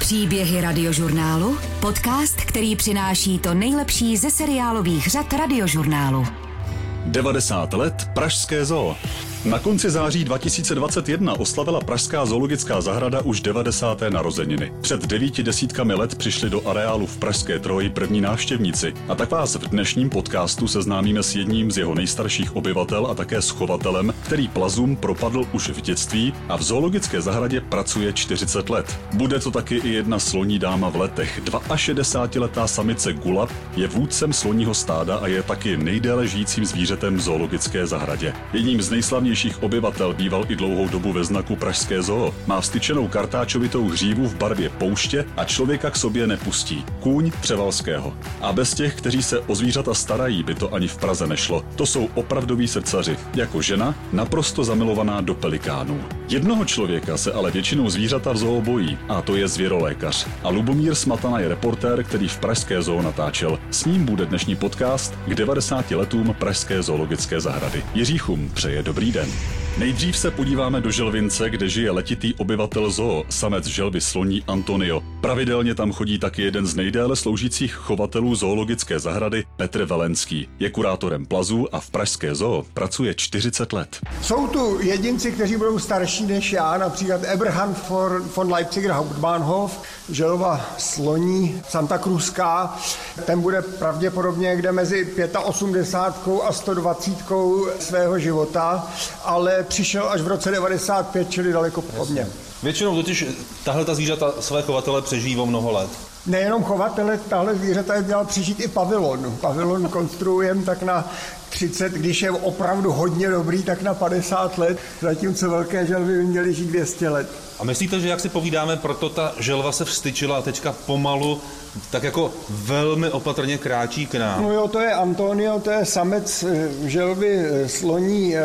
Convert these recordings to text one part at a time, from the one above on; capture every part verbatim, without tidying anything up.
Příběhy Radiožurnálu, podcast, který přináší to nejlepší ze seriálových řad Radiožurnálu. devadesát let Pražské zoo. Na konci září dva tisíce dvacet jedna oslavila Pražská zoologická zahrada už devadesáté narozeniny. Před devíti desítkami let přišli do areálu v Pražské Troji první návštěvníci. A tak vás v dnešním podcastu seznámíme s jedním z jeho nejstarších obyvatel a také s chovatelem, který plazům propadl už v dětství a v zoologické zahradě pracuje čtyřicet let. Bude to taky i jedna sloní dáma v letech. šedesátiletá samice Gulab je vůdcem sloního stáda a je taky nejdéle žijícím zvířetem v zoologické zahradě. Jedním z nejslavnějších obyvatel býval i dlouhou dobu ve znaku Pražské zoo. Má vstyčenou kartáčovitou hřívu v barvě pouště a člověka k sobě nepustí. Kůň Převalského. A bez těch, kteří se o zvířata starají, by to ani v Praze nešlo. To jsou opravdoví srdcaři. Jako žena naprosto zamilovaná do pelikánů. Jednoho člověka se ale většinou zvířata v zoo bojí, a to je zvěrolékař. A Lubomír Smatana je reportér, který v Pražské zoo natáčel. S ním bude dnešní podcast k devadesáti letům Pražské zoologické zahrady. Jiří Chum přeje dobrý den. Nejdřív se podíváme do Želvince, kde žije letitý obyvatel zoo, samec želvy sloní Antonio. Pravidelně tam chodí taky jeden z nejdéle sloužících chovatelů zoologické zahrady, Petr Velenský. Je kurátorem plazů a v Pražské zoo pracuje čtyřicet let. Jsou tu jedinci, kteří budou starší než já, například Eberhard von Leipziger Hauptbahnhof, želva sloní Santa Cruzská. Ten bude pravděpodobně někde mezi osmdesátkou a sto dvacítkou svého života, ale přišel až v roce devadesát pět, čili daleko po mně. Většinou totiž tahle ta zvířata své chovatele přežijí o mnoho let. Nejenom chovatele, tahle zvířata je měla přežít i pavilon. Pavilon konstruujeme tak na třicet, když je opravdu hodně dobrý, tak na padesát let, zatímco velké želvy by měly žít dvě stě let. A myslíte, že jak si povídáme, proto ta želva se vstyčila a teďka pomalu tak jako velmi opatrně kráčí k nám? No jo, to je Antonio, to je samec želvy sloní e,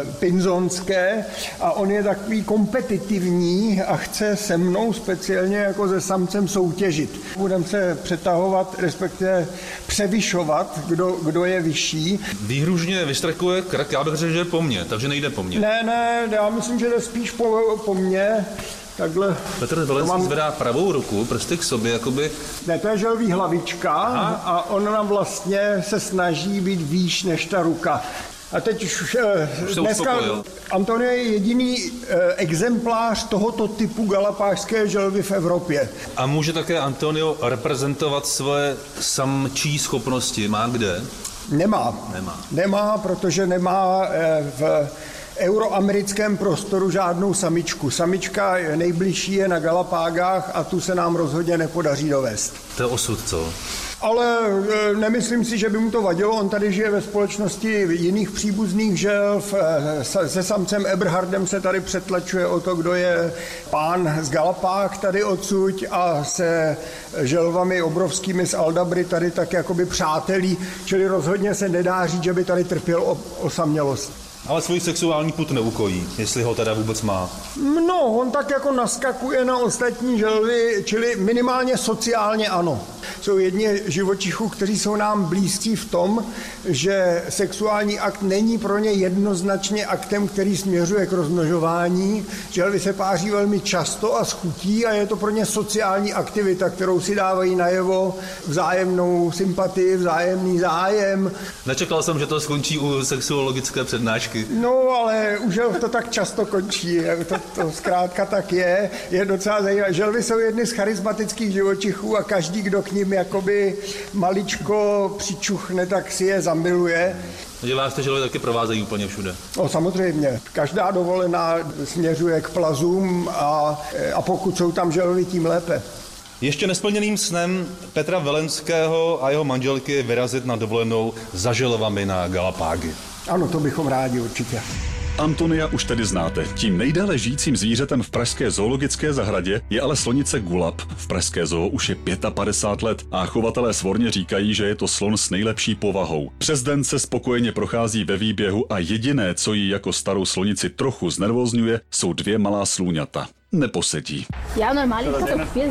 pinzonské a on je takový kompetitivní a chce se mnou speciálně jako se samcem soutěžit. Budeme se přetahovat, respektive převyšovat, kdo, kdo je vyšší. Výhružně vystrekuje krk, já bych řekl, že je po mně, takže nejde po mně. Ne, ne, já myslím, že jde spíš po, po mně. Takhle. Petr Velenský mám... zvedá pravou ruku, prsty k sobě, jakoby... Ne, to je želví hlavička. Aha. A on nám vlastně se snaží být výš než ta ruka. A teď už, už dneska Antonio je jediný eh, exemplář tohoto typu galapášské želvy v Evropě. A může také Antonio reprezentovat svoje samčí schopnosti? Má kde? Nemá. Nemá. Nemá, protože nemá eh, v euroamerickém prostoru žádnou samičku. Samička nejbližší je na Galapágách a tu se nám rozhodně nepodaří dovést. To je osud, co? Ale nemyslím si, že by mu to vadilo. On tady žije ve společnosti jiných příbuzných želv. Se samcem Eberhardem se tady přetlačuje o to, kdo je pán z Galapág tady odsud a se želvami obrovskými z Aldabry tady tak jakoby přátelí. Čili rozhodně se nedá říct, že by tady trpěl osamělost. Ale svůj sexuální pud neukojí, jestli ho teda vůbec má. No, on tak jako naskakuje na ostatní želvy, čili minimálně sociálně ano. Jsou jedni živočichů, kteří jsou nám blízcí v tom, že sexuální akt není pro ně jednoznačně aktem, který směřuje k rozmnožování. Želvy se páří velmi často a s chutí a je to pro ně sociální aktivita, kterou si dávají najevo vzájemnou sympatii, vzájemný zájem. Nečekal jsem, že to skončí u sexuologické přednášky. No, ale u želv to tak často končí, to, to zkrátka tak je. Je docela zajímavé. Želvy jsou jedny z charismatických živočichů a každý, kdo k nim jakoby maličko přičuchne, tak si je zamiluje. Takže vás ty želvy taky provázejí úplně všude? No samozřejmě. Každá dovolená směřuje k plazům a, a pokud jsou tam želvy, tím lépe. Ještě nesplněným snem Petra Velenského a jeho manželky je vyrazit na dovolenou za želvami na Galapágy. Ano, to bychom rádi určitě. Antonia už tedy znáte. Tím nejdéle žijícím zvířetem v Pražské zoologické zahradě je ale slonice Gulab. V Pražské zoo už je padesát pět let a chovatelé svorně říkají, že je to slon s nejlepší povahou. Přes den se spokojeně prochází ve výběhu a jediné, co ji jako starou slonici trochu znervózňuje, jsou dvě malá slůňata. Neposedí. Já normálně to pět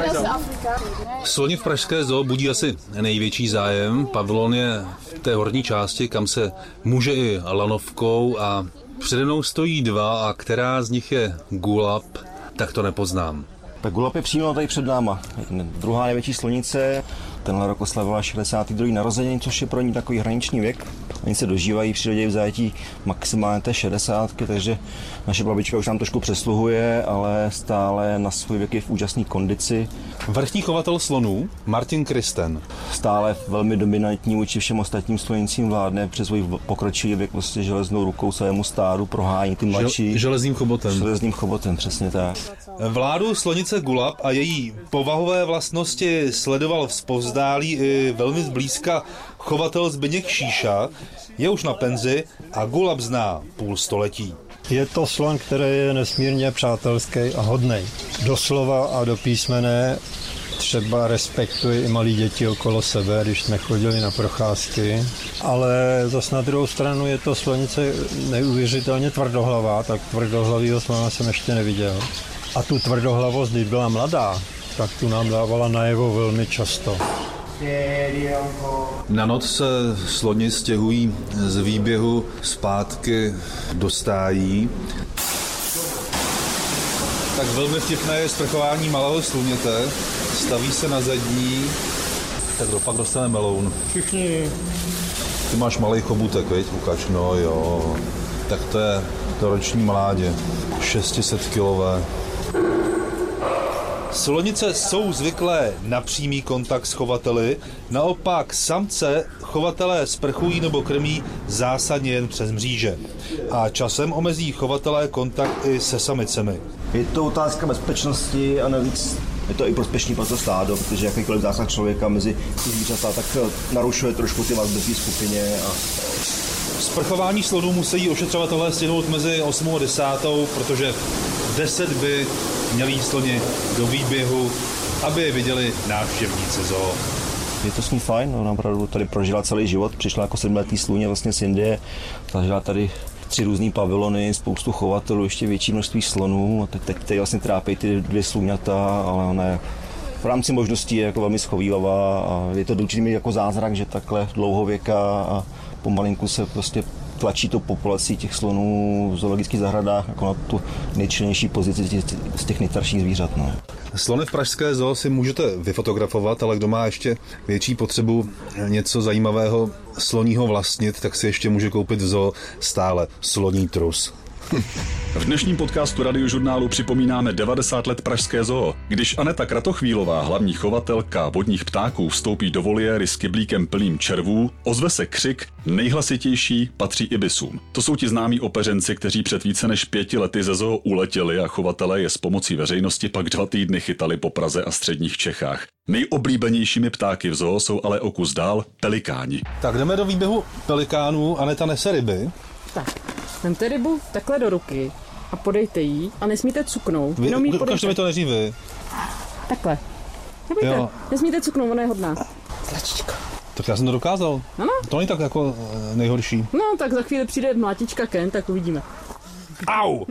Sloni v Pražské zoo budí asi největší zájem. Pavilon je v té horní části, kam se může i lanovkou a přede mnou stojí dva a která z nich je Gulab, tak to nepoznám. Tak Gulab je přímo tady před náma. Druhá největší slonice, tenhle rok oslavila šedesátý druhý narozeniny, což je pro ní takový hraniční věk. Oni se dožívají při rodě v zajetí maximálně té šedesátky, takže naše babička už nám trošku přesluhuje, ale stále na svůj věk je v úžasné kondici. Vrchní chovatel slonů Martin Kristen. Stále velmi dominantní vůči všem ostatním slonicím, vládne přes svůj pokročilý věk prostě železnou rukou svému stádu, prohání ty mladší. Železním chobotem. Železním chobotem, přesně tak. Vládu slonice Gulab a její povahové vlastnosti sledoval zpovzdálí i velmi zblízka chovatel Zbyněk Šíša, je už na penzi a Gulab zná půl století. Je to slon, který je nesmírně přátelský a hodnej. Doslova a do písmene třeba respektuje i malí děti okolo sebe, když jsme chodili na procházky. Ale zas na druhou stranu je to slonice neuvěřitelně tvrdohlavá, tak tvrdohlavýho slona jsem ještě neviděl. A tu tvrdohlavost, když byla mladá, tak tu nám dávala najevo velmi často. Na noc se sloni stěhují z výběhu zpátky do stájí. Tak velmi vtipné je sprchování malého sluněte. Staví se na zadní. Tak dopak dostane meloun. Všichni. Ty máš malý chobutek, veď? Ukaž, no jo. Tak to je to roční mládě. šest set kilové. Slonice jsou zvyklé na přímý kontakt s chovateli, naopak samce chovatelé sprchují nebo krmí zásadně jen přes mříže. A časem omezí chovatelé kontakt i se samicemi. Je to otázka bezpečnosti a navíc je to i prospěšný pro to stádo, protože jakýkoliv zásah člověka mezi zvířata tak narušuje trošku ty vazby v té skupině. A... Sprchování slonů musí ošetřovatelé stihnout mezi osmou a desátou, protože v deset by měli jít sloni do výběhu, aby je viděli návštěvníci zoo. Je to s ní fajn, ona opravdu tady prožila celý život, přišla jako sedmletý sluně vlastně z Indie, zažila tady tři různý pavilony, spoustu chovatelů, ještě větší množství slonů a teď, teď tady vlastně trápí ty dvě sluňata, ale ona je v rámci možností je jako velmi schovívavá a je to určitě jako zázrak, že takhle dlouhověká a pomalinku se prostě tlačí to populací těch slonů v zoologických zahradách jako na tu nejčilnější pozici z těch nejstarších zvířat. No. Slony v pražské zoo si můžete vyfotografovat, ale kdo má ještě větší potřebu něco zajímavého sloního vlastnit, tak si ještě může koupit v zoo stále sloní trus. V dnešním podcastu Radiožurnálu připomínáme devadesát let Pražské zoo. Když Aneta Kratochvílová, hlavní chovatelka vodních ptáků, vstoupí do voliéry s kyblíkem plným červů, ozve se křik, nejhlasitější patří ibisům. To jsou ti známí opeřenci, kteří před více než pěti lety ze zoo uletěli a chovatelé je s pomocí veřejnosti pak dva týdny chytali po Praze a středních Čechách. Nejoblíbenějšími ptáky v zoo jsou ale o kus dál pelikáni. Tak jdeme do výběhu pelikánů, Aneta nese ryby. Tak, vemte rybu takhle do ruky a podejte jí a nesmíte cuknout. Vy, jenom jí ukažte podejte. mi to nejdřív vy. Takhle. Nebojte, nesmíte cuknout, ona je hodná. Tlačičko. Tak já jsem to dokázal. Ano? To není tak jako nejhorší. No, tak za chvíli přijde mlátička Ken, tak uvidíme. Au!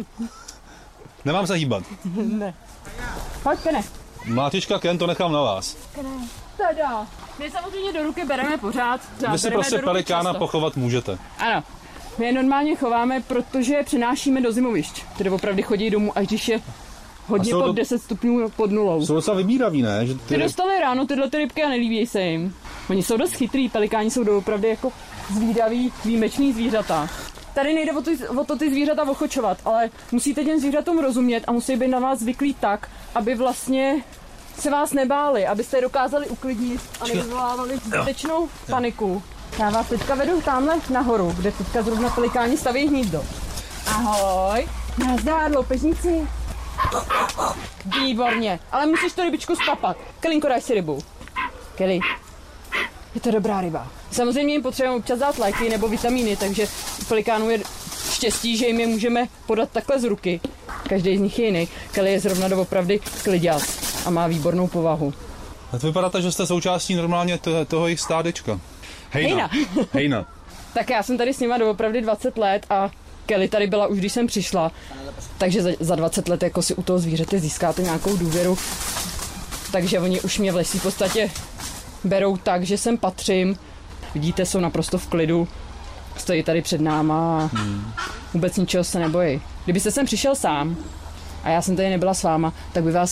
Nemám se hýbat. Ne. Pojď, Kene. Mlátička Ken, to nechám na vás. Kene. Tada. My samozřejmě do ruky bereme pořád. Vy si prostě pelikána pochovat můžete. Ano. My je normálně chováme, protože je přenášíme do zimovišť. Tedy opravdu chodí domů, až když je hodně pod do... deset stupňů pod nulou. Jsou docela vybíraví, ne? Že ty... ty dostali ráno tyhle ty rybky a nelíbí se jim. Oni jsou dost chytrý, pelikáni jsou opravdu jako zvídaví, výjimečný zvířata. Tady nejde o to, o to ty zvířata ochočovat, ale musíte těm zvířatům rozumět a musí být na vás zvyklí tak, aby vlastně se vás nebáli, abyste je dokázali uklidnit a nevyvolávali zbytečnou paniku. Já vás teďka vedu tamhle nahoru, kde teďka zrovna pelikáni staví hnízdo. Ahoj, nazdár, loupežníci. Výborně, ale musíš to rybičku spapat. Kelinko, daj si rybu. Kelly, je to dobrá ryba. Samozřejmě jim potřebujeme občas dát léky nebo vitamíny, takže u pelikánů je štěstí, že jim je můžeme podat takhle z ruky. Každý z nich je jiný. Kelly je zrovna doopravdy kliďas a má výbornou povahu. A to vypadá tak, že jste součástí normálně toho, toho jejich stádečka. Hejna. Hejna. Hejna. Tak já jsem tady s nima doopravdy dvacet let a Kelly tady byla už, když jsem přišla. Takže za, za dvacet let jako si u toho zvířete získáte nějakou důvěru. Takže oni už mě v lesí v podstatě berou tak, že sem patřím. Vidíte, jsou naprosto v klidu. Stojí tady před náma a hmm. vůbec ničeho se nebojí. Kdybyste sem přišel sám a já jsem tady nebyla s váma, tak by vás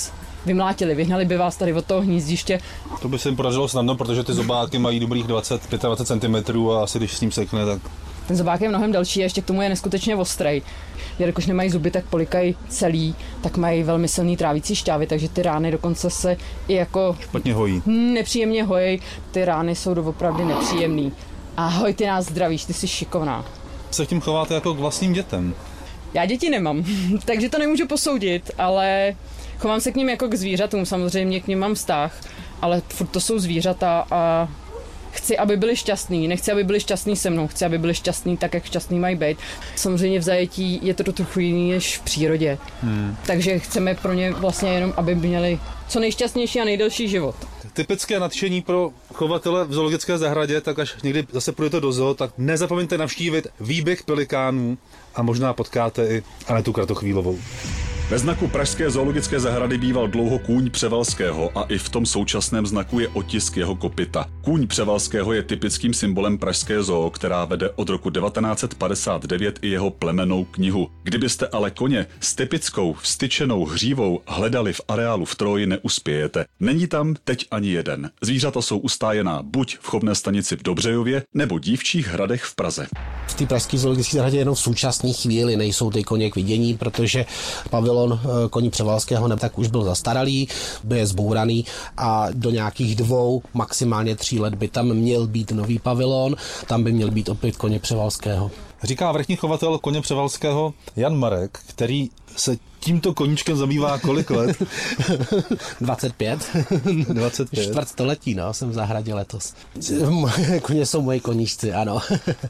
vymlátili, vyhnali by vás tady od toho hnízdiště. To by se jim podařilo snadno, protože ty zobáky mají dobrých dvacet až dvacet pět centimetrů a asi když s ním sekne, tak... Ten zobák je mnohem delší a ještě k tomu je neskutečně ostrej. Jelikož nemají zuby, tak polikají celý, tak mají velmi silný trávící šťávy, takže ty rány dokonce se i jako... Špatně hojí. Nepříjemně hojí, ty rány jsou doopravdy nepříjemný. Ahoj, ty nás zdravíš, ty jsi šikovná. Se k tím chováte jako k vlastním dětem? Já děti nemám, takže to nemůžu posoudit, ale chovám se k nim jako k zvířatům, samozřejmě k nim mám vztah, ale furt to jsou zvířata a chci, aby byli šťastní, nechci, aby byli šťastní se mnou, chci, aby byli šťastní tak, jak šťastní mají být. Samozřejmě v zajetí je to trochu jiný než v přírodě, hmm. takže chceme pro ně vlastně jenom, aby měli co nejšťastnější a nejdelší život. Typické nadšení pro chovatele v zoologické zahradě, tak až někdy zase půjdete do zoo, tak nezapomeňte navštívit výběh pelikánů a možná potkáte i Anetu Kratochvílovou. Ve znaku pražské zoologické zahrady býval dlouho kůň Převalského a i v tom současném znaku je otisk jeho kopyta. Kůň Převalského je typickým symbolem pražské zoo, která vede od roku devatenáct set padesát devět i jeho plemennou knihu. Kdybyste ale koně s typickou vstyčenou hřívou hledali v areálu v Troji, neuspějete. Není tam teď ani jeden. Zvířata jsou ustájená buď v chovné stanici v Dobřejově nebo Dívčích hradech v Praze. V té pražské zoologické zahradě jenom v současné chvíli nejsou ty koně k vidění, protože pavilon koní Převalského ne, tak už byl zastaralý, byl zbouraný a do nějakých dvou, maximálně tří let by tam měl být nový pavilon, tam by měl být opět koně Převalského. Říká vrchní chovatel koně Převalského Jan Marek, který se tímto koníčkem zabývá kolik let? dvacet pět. dvacet pět. Čtvrt století, no, jsem v zahradě letos. Koně jsou moji koníčci, ano.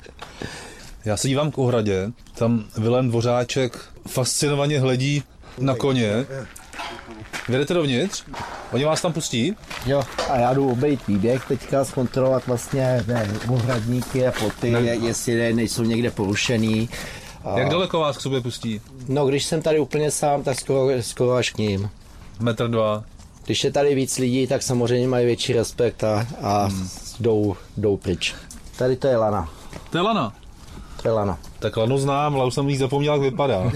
Já se dívám k ohradě, tam Vilém Dvořáček fascinovaně hledí na koně. Vyjedete dovnitř? Oni vás tam pustí? Jo, a já jdu obejít výběh teďka, zkontrolovat vlastně ne, ohradníky a ploty, ne. jestli nejsou někde porušený. A... Jak daleko vás k sobě pustí? No, když jsem tady úplně sám, tak skoro, skoro až k ním. Metr dva. Když je tady víc lidí, tak samozřejmě mají větší respekt a, a hmm. jdou, jdou pryč. Tady to je lana. To je lana? To je lana. Tak lanu znám, ale už jsem jí zapomněl, jak vypadá.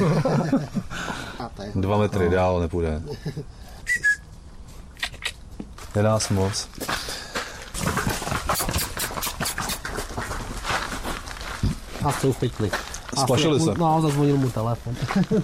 Dva metry dál nepůjde. Je nás moc. A jsou v pytli. Splašili se. No, zazvonil mu telefon.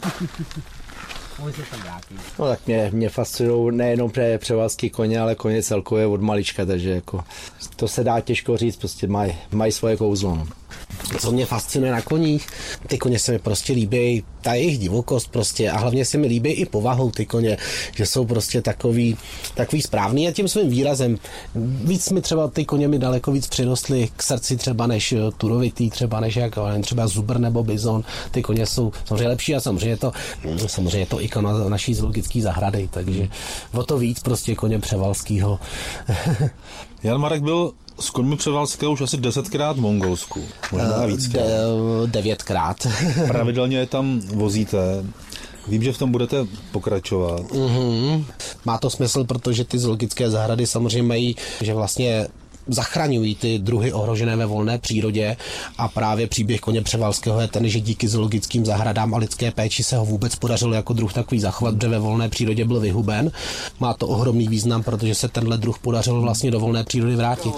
No tak mě, mě fascinují nejenom pře, převazky koně, ale koně celkově od malička, takže jako to se dá těžko říct, prostě mají maj svoje kouzlo. No. Co mě fascinuje na koních, ty koně se mi prostě líbí, ta jejich divokost prostě a hlavně se mi líbí i povahou ty koně, že jsou prostě takový, takový správný a tím svým výrazem. Víc mi třeba ty koně mi daleko víc přirostly k srdci třeba než turovitý, třeba než jak, třeba zubr nebo bizon. Ty koně jsou samozřejmě lepší a samozřejmě to, samozřejmě to ikona naší zoologické zahrady, takže o to víc prostě koně Převalského. Jan Marek byl s koňmi Převalského už asi desetkrát v Mongolsku, možná víckrát. De, devětkrát. Pravidelně je tam vozíte. Vím, že v tom budete pokračovat. Mm-hmm. Má to smysl, protože ty zoologické zahrady samozřejmě mají, že vlastně zachraňují ty druhy ohrožené ve volné přírodě a právě příběh koně Převalského je ten, že díky zoologickým zahradám a lidské péči se ho vůbec podařilo jako druh takový zachovat, protože ve volné přírodě byl vyhuben. Má to ohromný význam, protože se tenhle druh podařilo vlastně do volné přírody vrátit.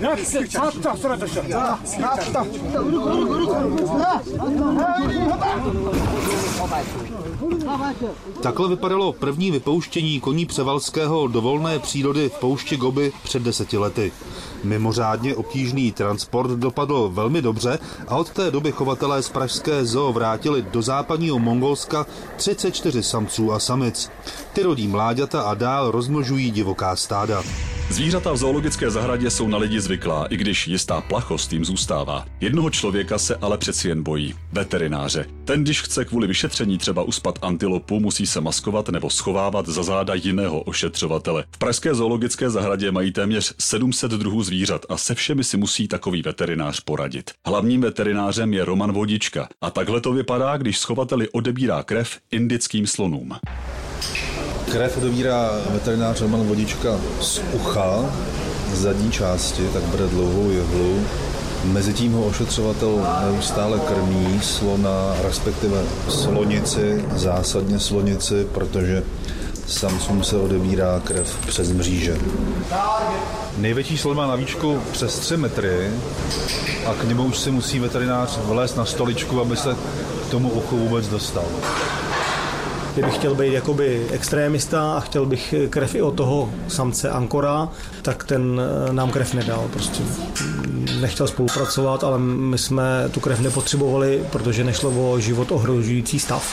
Takhle vypadalo první vypouštění koní Převalského do volné přírody v poušti Gobi před deseti lety. Mimořádně obtížný transport dopadl velmi dobře a od té doby chovatelé z pražské zoo vrátili do západního Mongolska třicet čtyři samců a samic. Ty rodí mláďata a dál rozmnožují divoká stáda. Zvířata v zoologické zahradě jsou na lidi zvyklá, i když jistá plachost jim zůstává. Jednoho člověka se ale přeci jen bojí. Veterináře. Ten, když chce kvůli vyšetření třeba uspat antilopu, musí se maskovat nebo schovávat za záda jiného ošetřovatele. V pražské zoologické zahradě mají téměř sedm set druhů zvířat a se všemi si musí takový veterinář poradit. Hlavním veterinářem je Roman Vodička a takhle to vypadá, když schovateli odebírá krev indickým slonům. Krev odebírá veterinář Roman Vodička z ucha, z zadní části, tak bere dlouhou jehlu. Mezitím ho ošetřovatel neustále krmí slona, respektive slonici, zásadně slonici, protože Samcům se odebírá krev přes mříže. Největší slon má na výšku přes tři metry a k němu už si musí veterinář vlézt na stoličku, aby se k tomu uchu vůbec dostal. Kdybych chtěl být jakoby extrémista a chtěl bych krev i od toho samce ankora, tak ten nám krev nedal. Prostě nechtěl spolupracovat, ale my jsme tu krev nepotřebovali, protože nešlo o život ohrožující stav.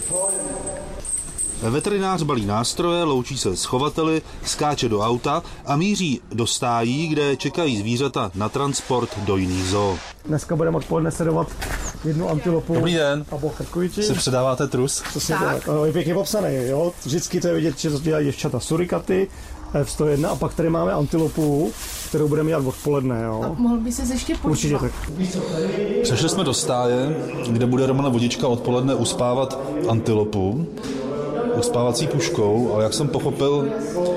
Veterinář balí nástroje, loučí se s chovateli, skáče do auta a míří do stájí, kde čekají zvířata na transport do jiných zoo. Dneska budeme odpoledne sledovat jednu antilopu. Dobrý den. A bochekujti. Si předáváte trus? Přesně tak. Je pěkně popsaný, jo. Vždycky to je vidět, že to dělají děvčata surikaty, F sto jedna a pak tady máme antilopu, kterou budeme dělat odpoledne, jo. A mohl by se ještě podívat? Určitě tak. Přešli jsme do stáje, kde bude Romana Vodička odpoledne uspávat antilopu uspávací puškou, ale jak jsem pochopil,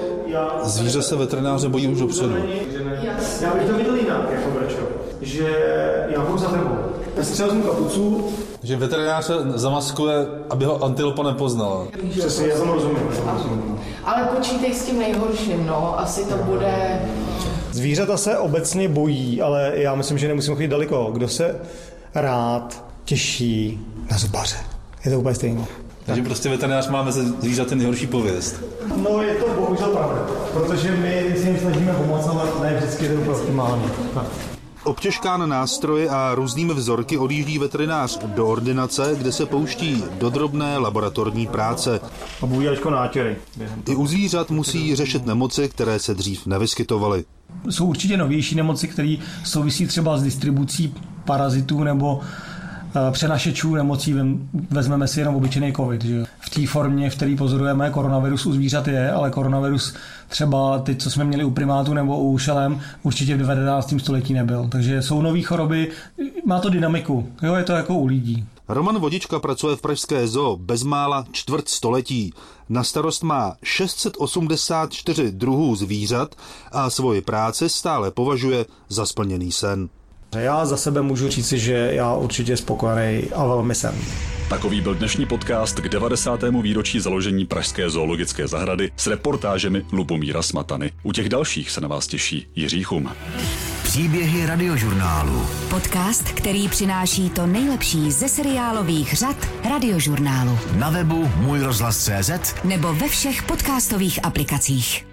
zvíře se veterináře bojí už dopředu. Já bych to viděl jinak, jako Brčo, že já budu za tebou. Já si třeba vezmu kapucu. Že veterinář se zamaskuje, aby ho antilopa nepoznala. Přesně, já jsem rozumím. Ale počítej s tím nejhorším, no, asi to bude... Zvířata se obecně bojí, ale já myslím, že nemusím chodit daleko. Kdo se rád těší na zubaře. Je to úplně stejné. Takže prostě veterinář má mezi zvířaty nejhorší pověst. No je to bohužel pravda, protože my si jim snažíme pomoct, ale ne vždycky je to úplně optimální. Obtěžkán nástroje a různými vzorky odjíždí veterinář do ordinace, kde se pouští do drobné laboratorní práce. A bude ještě nátěry. I u zvířat musí řešit nemoci, které se dřív nevyskytovaly. Jsou určitě novější nemoci, které souvisí třeba s distribucí parazitů nebo přenašečů nemocí, vezmeme si jenom obyčejný covid. Že? V té formě, v které pozorujeme, koronavirus u zvířat je, ale koronavirus třeba ty, co jsme měli u primátů nebo u šelem, určitě v devatenáctém století nebyl. Takže jsou nové choroby, má to dynamiku, jo, je to jako u lidí. Roman Vodička pracuje v pražské zoo bezmála čtvrt století. Na starost má šest set osmdesát čtyři druhů zvířat a svoji práci stále považuje za splněný sen. Já za sebe můžu říci, že já určitě spokojený a velmi jsem. Takový byl dnešní podcast k devadesátému výročí založení Pražské zoologické zahrady s reportážemi Lubomíra Smatany. U těch dalších se na vás těší Jiří Chum. Příběhy Radiožurnálu. Podcast, který přináší to nejlepší ze seriálových řad Radiožurnálu. Na webu můj rozhlas tečka cé zet nebo ve všech podcastových aplikacích.